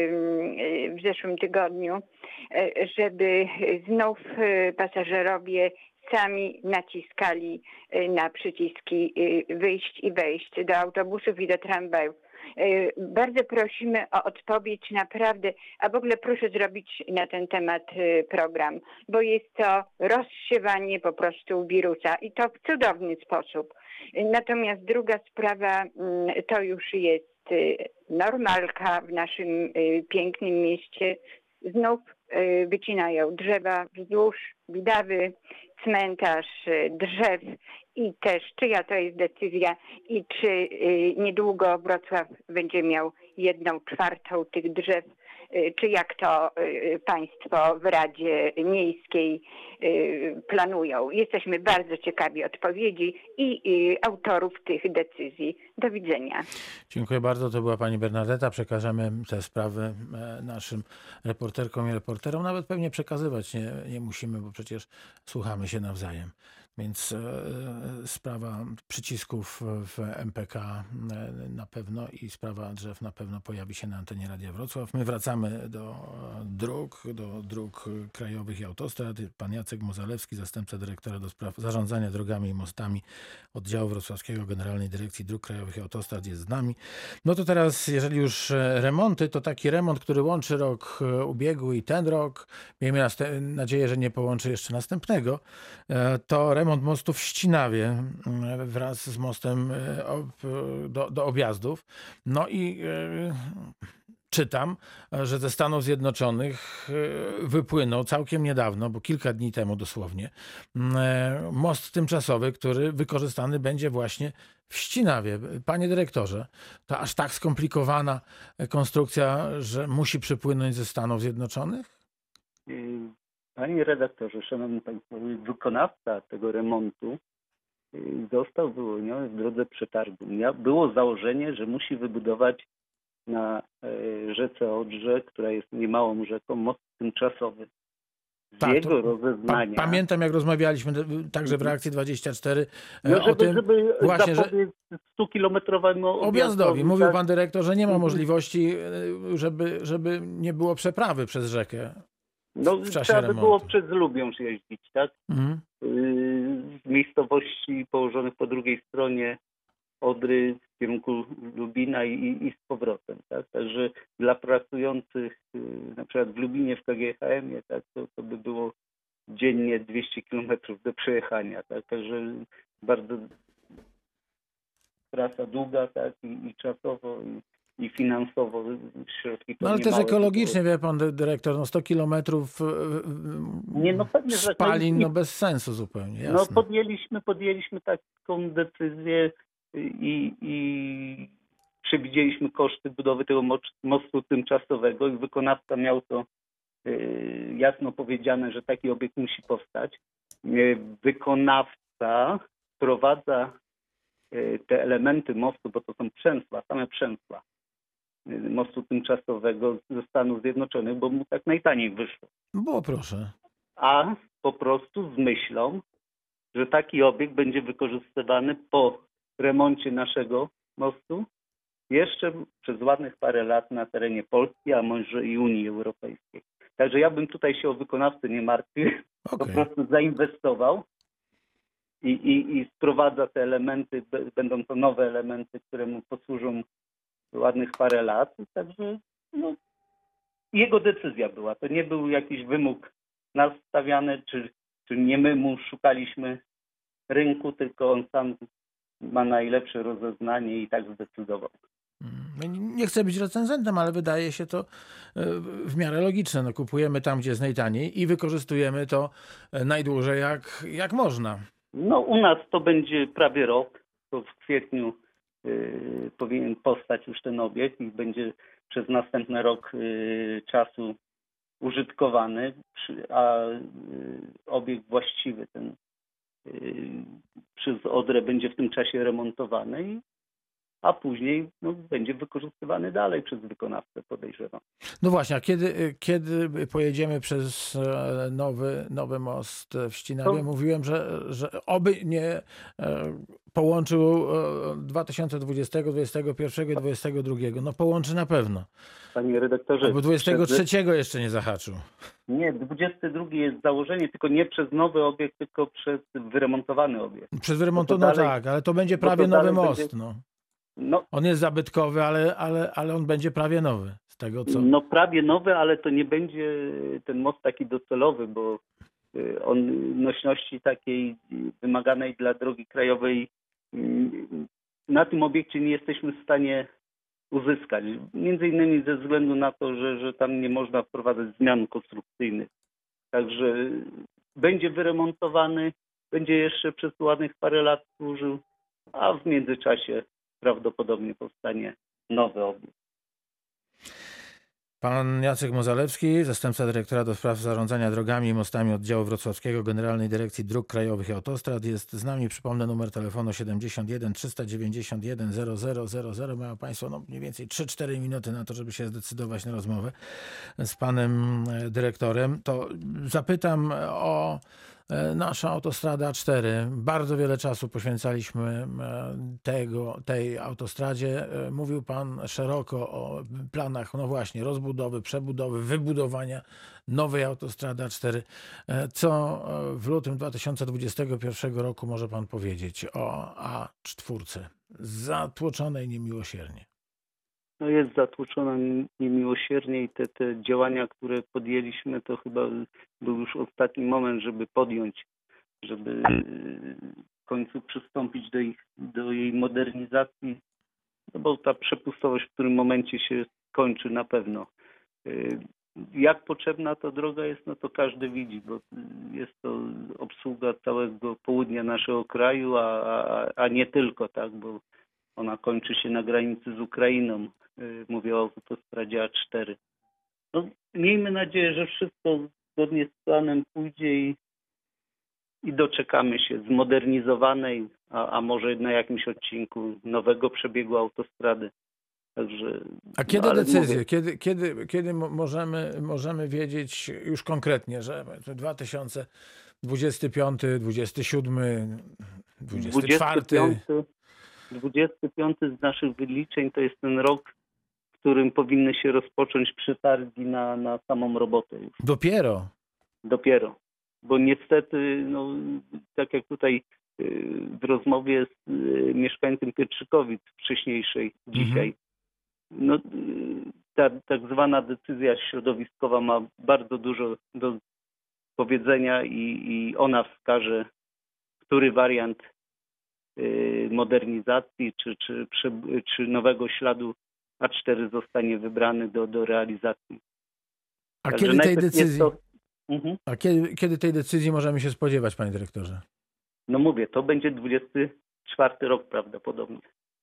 w zeszłym tygodniu, żeby znów pasażerowie sami naciskali na przyciski wyjść i wejść do autobusów i do tramwajów. Bardzo prosimy o odpowiedź naprawdę, a w ogóle proszę zrobić na ten temat program, bo jest to rozsiewanie po prostu wirusa i to w cudowny sposób. Natomiast druga sprawa to już jest normalka w naszym pięknym mieście. Znów wycinają drzewa wzdłuż Widawy, cmentarz drzew i też czyja to jest decyzja i czy niedługo Wrocław będzie miał 1/4 tych drzew, czy jak to państwo w Radzie Miejskiej planują. Jesteśmy bardzo ciekawi odpowiedzi i autorów tych decyzji. Do widzenia. Dziękuję bardzo. To była pani Bernadeta. Przekażemy te sprawy naszym reporterkom i reporterom. Nawet pewnie przekazywać nie musimy, bo przecież słuchamy się nawzajem. Więc sprawa przycisków w MPK na pewno i sprawa drzew na pewno pojawi się na antenie Radia Wrocław. My wracamy do dróg krajowych i autostrad. Pan Jacek Mozalewski, zastępca dyrektora do spraw zarządzania drogami i mostami oddziału wrocławskiego Generalnej Dyrekcji Dróg Krajowych i Autostrad jest z nami. No to teraz, jeżeli już remonty, to taki remont, który łączy rok ubiegły i ten rok, miejmy nadzieję, że nie połączy jeszcze następnego, to remont mostu w Ścinawie wraz z mostem do objazdów. No i czytam, że ze Stanów Zjednoczonych wypłynął całkiem niedawno, bo kilka dni temu dosłownie, most tymczasowy, który wykorzystany będzie właśnie w Ścinawie. Panie dyrektorze, to aż tak skomplikowana konstrukcja, że musi przypłynąć ze Stanów Zjednoczonych? Panie redaktorze, szanowni państwo, wykonawca tego remontu został wyłoniony w drodze przetargu. Było założenie, że musi wybudować na rzece Odrze, która jest niemałą rzeką, most tymczasowy. Z Tak, jego rozeznania... Pamiętam, jak rozmawialiśmy także w Reakcji 24 No, o tym, żeby właśnie, że 100-kilometrowemu objazdowi. Mówił tak? pan dyrektor, że nie ma możliwości, żeby nie było przeprawy przez rzekę No, w czasie trzeba by remontu. było przez Lubiąż jeździć, tak? Mhm. Z miejscowości położonych po drugiej stronie Odry w kierunku Lubina i z powrotem, tak? Także dla pracujących na przykład w Lubinie w KGHM-ie, tak, to by było dziennie 200 kilometrów do przejechania, tak? Także bardzo trasa długa, tak? I czasowo, i finansowo środki. No ale też ekologicznie, wie pan dyrektor, no 100 kilometrów pewnie, że spalin, no bez sensu zupełnie, jasne. No podjęliśmy taką decyzję i przewidzieliśmy koszty budowy tego mostu tymczasowego i wykonawca miał to jasno powiedziane, że taki obiekt musi powstać. Wykonawca wprowadza te elementy mostu, bo to są przęsła, same przęsła mostu tymczasowego ze Stanów Zjednoczonych, bo mu tak najtaniej wyszło. Było, proszę. A po prostu z myślą, że taki obiekt będzie wykorzystywany po remoncie naszego mostu jeszcze przez ładnych parę lat na terenie Polski, a może i Unii Europejskiej. Także ja bym tutaj się o wykonawcę nie martwił, po prostu zainwestował i sprowadza te elementy, będą to nowe elementy, które mu posłużą ładnych parę lat. Także no, jego decyzja była. To nie był jakiś wymóg nas stawiany, czy nie my mu szukaliśmy rynku, tylko on sam ma najlepsze rozeznanie i tak zdecydował. Nie chcę być recenzentem, ale wydaje się to w miarę logiczne. No, kupujemy tam, gdzie jest najtaniej i wykorzystujemy to najdłużej jak można. No u nas to będzie prawie rok. To w kwietniu powinien powstać już ten obiekt i będzie przez następny rok czasu użytkowany, a obiekt właściwy ten przez Odrę będzie w tym czasie remontowany, a później będzie wykorzystywany dalej przez wykonawcę, podejrzewam. No właśnie, a kiedy pojedziemy przez nowy most w Ścinawie? Mówiłem, że oby nie połączył 2020, 2021 i 2022. No połączy na pewno. Panie redaktorze... Bo 23 jeszcze nie zahaczył. Nie, 22 jest założenie, tylko nie przez nowy obiekt, tylko przez wyremontowany obiekt. Przez wyremontowany, no tak, ale to będzie prawie nowy most. On jest zabytkowy, ale on będzie prawie nowy. Z tego co... No prawie nowy, ale to nie będzie ten most taki docelowy, bo on nośności takiej wymaganej dla drogi krajowej na tym obiekcie nie jesteśmy w stanie uzyskać. Między innymi ze względu na to, że tam nie można wprowadzać zmian konstrukcyjnych. Także będzie wyremontowany, będzie jeszcze przez ładnych parę lat służył, a w międzyczasie prawdopodobnie powstanie nowy obiekt. Pan Jacek Mozalewski, zastępca dyrektora do spraw zarządzania drogami i mostami oddziału wrocławskiego Generalnej Dyrekcji Dróg Krajowych i Autostrad jest z nami. Przypomnę numer telefonu 71 391 0000. Mają Państwo mniej więcej 3-4 minuty na to, żeby się zdecydować na rozmowę z panem dyrektorem. To zapytam o nasza autostrada A4. Bardzo wiele czasu poświęcaliśmy tej autostradzie. Mówił pan szeroko o planach, no właśnie, rozbudowy, przebudowy, wybudowania nowej autostrady A4. Co w lutym 2021 roku może pan powiedzieć o A4? Zatłoczonej niemiłosiernie. No jest zatłoczona niemiłosiernie i te działania, które podjęliśmy, to chyba był już ostatni moment, żeby podjąć, żeby w końcu przystąpić do jej modernizacji, no bo ta przepustowość w którym momencie się kończy na pewno. Jak potrzebna to droga jest, no to każdy widzi, bo jest to obsługa całego południa naszego kraju, a nie tylko, tak, bo ona kończy się na granicy z Ukrainą. Mówię o autostradzie A4. No, miejmy nadzieję, że wszystko zgodnie z planem pójdzie i doczekamy się zmodernizowanej, a może na jakimś odcinku nowego przebiegu autostrady. Także, A kiedy ale decyzje? mówię, Kiedy możemy wiedzieć już konkretnie, że 2025, 27, 24? 25 z naszych wyliczeń to jest ten rok, w którym powinny się rozpocząć przetargi na samą robotę już. Dopiero. Bo niestety, no, tak jak tutaj w rozmowie z mieszkańcem Pietrzykowic wcześniejszej dzisiaj, no, ta tak zwana decyzja środowiskowa ma bardzo dużo do powiedzenia i ona wskaże, który wariant modernizacji czy nowego śladu A4 zostanie wybrany do realizacji. A Także kiedy tej najpierw jest decyzji? to- A kiedy tej decyzji możemy się spodziewać, panie dyrektorze? No mówię, to będzie 24 rok prawdopodobnie.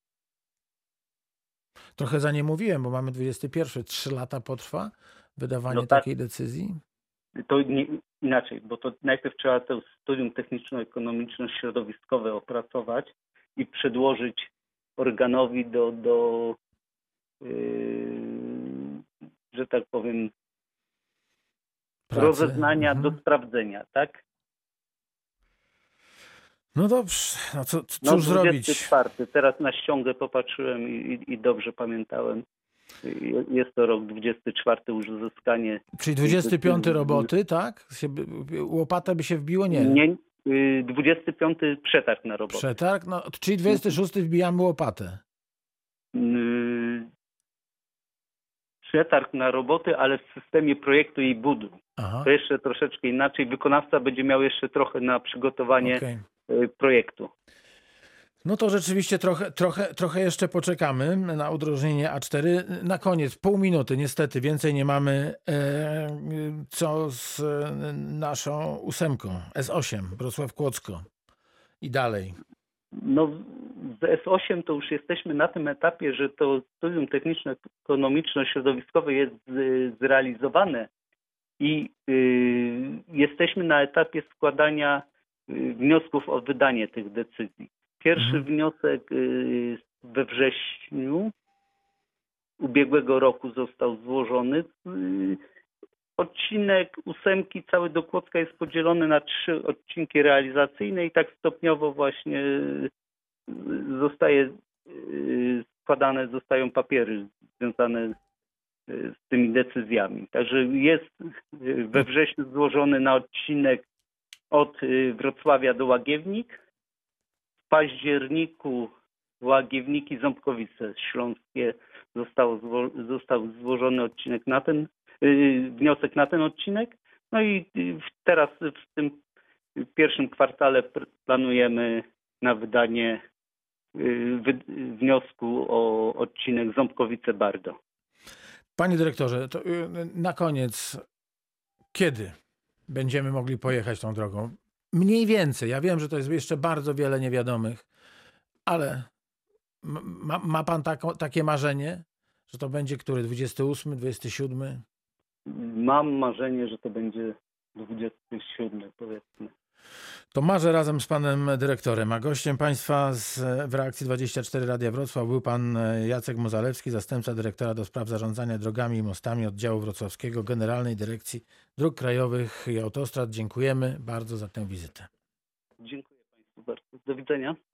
Trochę za nie mówiłem, bo mamy 21. 3 lata potrwa wydawanie No tak. takiej decyzji? To inaczej, bo to najpierw trzeba to studium techniczno-ekonomiczno-środowiskowe opracować i przedłożyć organowi że tak powiem, Pracy. rozeznania do sprawdzenia, tak? No dobrze, no cóż No, zrobić? 24. Teraz na ściągę popatrzyłem i dobrze pamiętałem. Jest to rok 24, już uzyskanie. Czyli 25 roboty, tak? Łopata by się wbiło? Nie. Nie, 25 przetarg na robotę. Przetarg? No, czyli 26 wbijamy łopatę. Przetarg na roboty, ale w systemie projektu i budu. Aha. To jeszcze troszeczkę inaczej. Wykonawca będzie miał jeszcze trochę na przygotowanie projektu. No to rzeczywiście trochę jeszcze poczekamy na udrożnienie A4. Na koniec, pół minuty, niestety, więcej nie mamy. Co z naszą 8, S8, Wrocław-Kłodzko i dalej? No z S8 to już jesteśmy na tym etapie, że to studium techniczno-ekonomiczno-środowiskowe jest zrealizowane i jesteśmy na etapie składania wniosków o wydanie tych decyzji. Pierwszy wniosek we wrześniu ubiegłego roku został złożony. Odcinek 8 cały do Kłodzka jest podzielony na 3 odcinki realizacyjne i tak stopniowo właśnie zostają papiery związane z tymi decyzjami. Także jest we wrześniu złożony na odcinek od Wrocławia do Łagiewnik. W październiku Łagiewniki, Ząbkowice Śląskie został złożony odcinek na ten wniosek na ten odcinek. No i teraz w tym pierwszym kwartale planujemy na wydanie wniosku o odcinek Ząbkowice-Bardo. Panie dyrektorze, to na koniec, kiedy będziemy mogli pojechać tą drogą? Mniej więcej. Ja wiem, że to jest jeszcze bardzo wiele niewiadomych, ale ma pan takie marzenie, że to będzie który? 28, 27? Mam marzenie, że to będzie 27, powiedzmy. To marzę razem z panem dyrektorem, a gościem państwa w Reakcji 24 Radia Wrocław był pan Jacek Mozalewski, zastępca dyrektora do spraw zarządzania drogami i mostami oddziału wrocławskiego Generalnej Dyrekcji Dróg Krajowych i Autostrad. Dziękujemy bardzo za tę wizytę. Dziękuję państwu bardzo. Do widzenia.